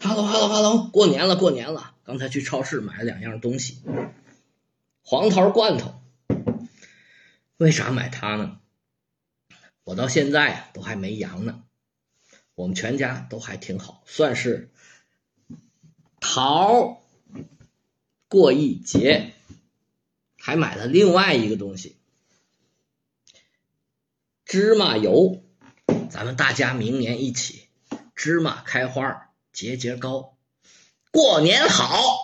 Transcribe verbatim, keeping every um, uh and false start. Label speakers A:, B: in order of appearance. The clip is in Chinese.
A: Hello Hello Hello， 过年了过年了！刚才去超市买了两样东西，黄桃罐头。为啥买它呢？我到现在啊都还没阳呢，我们全家都还挺好，算是桃过一节。还买了另外一个东西，芝麻油，咱们大家明年一起芝麻开花，节节高，过年好。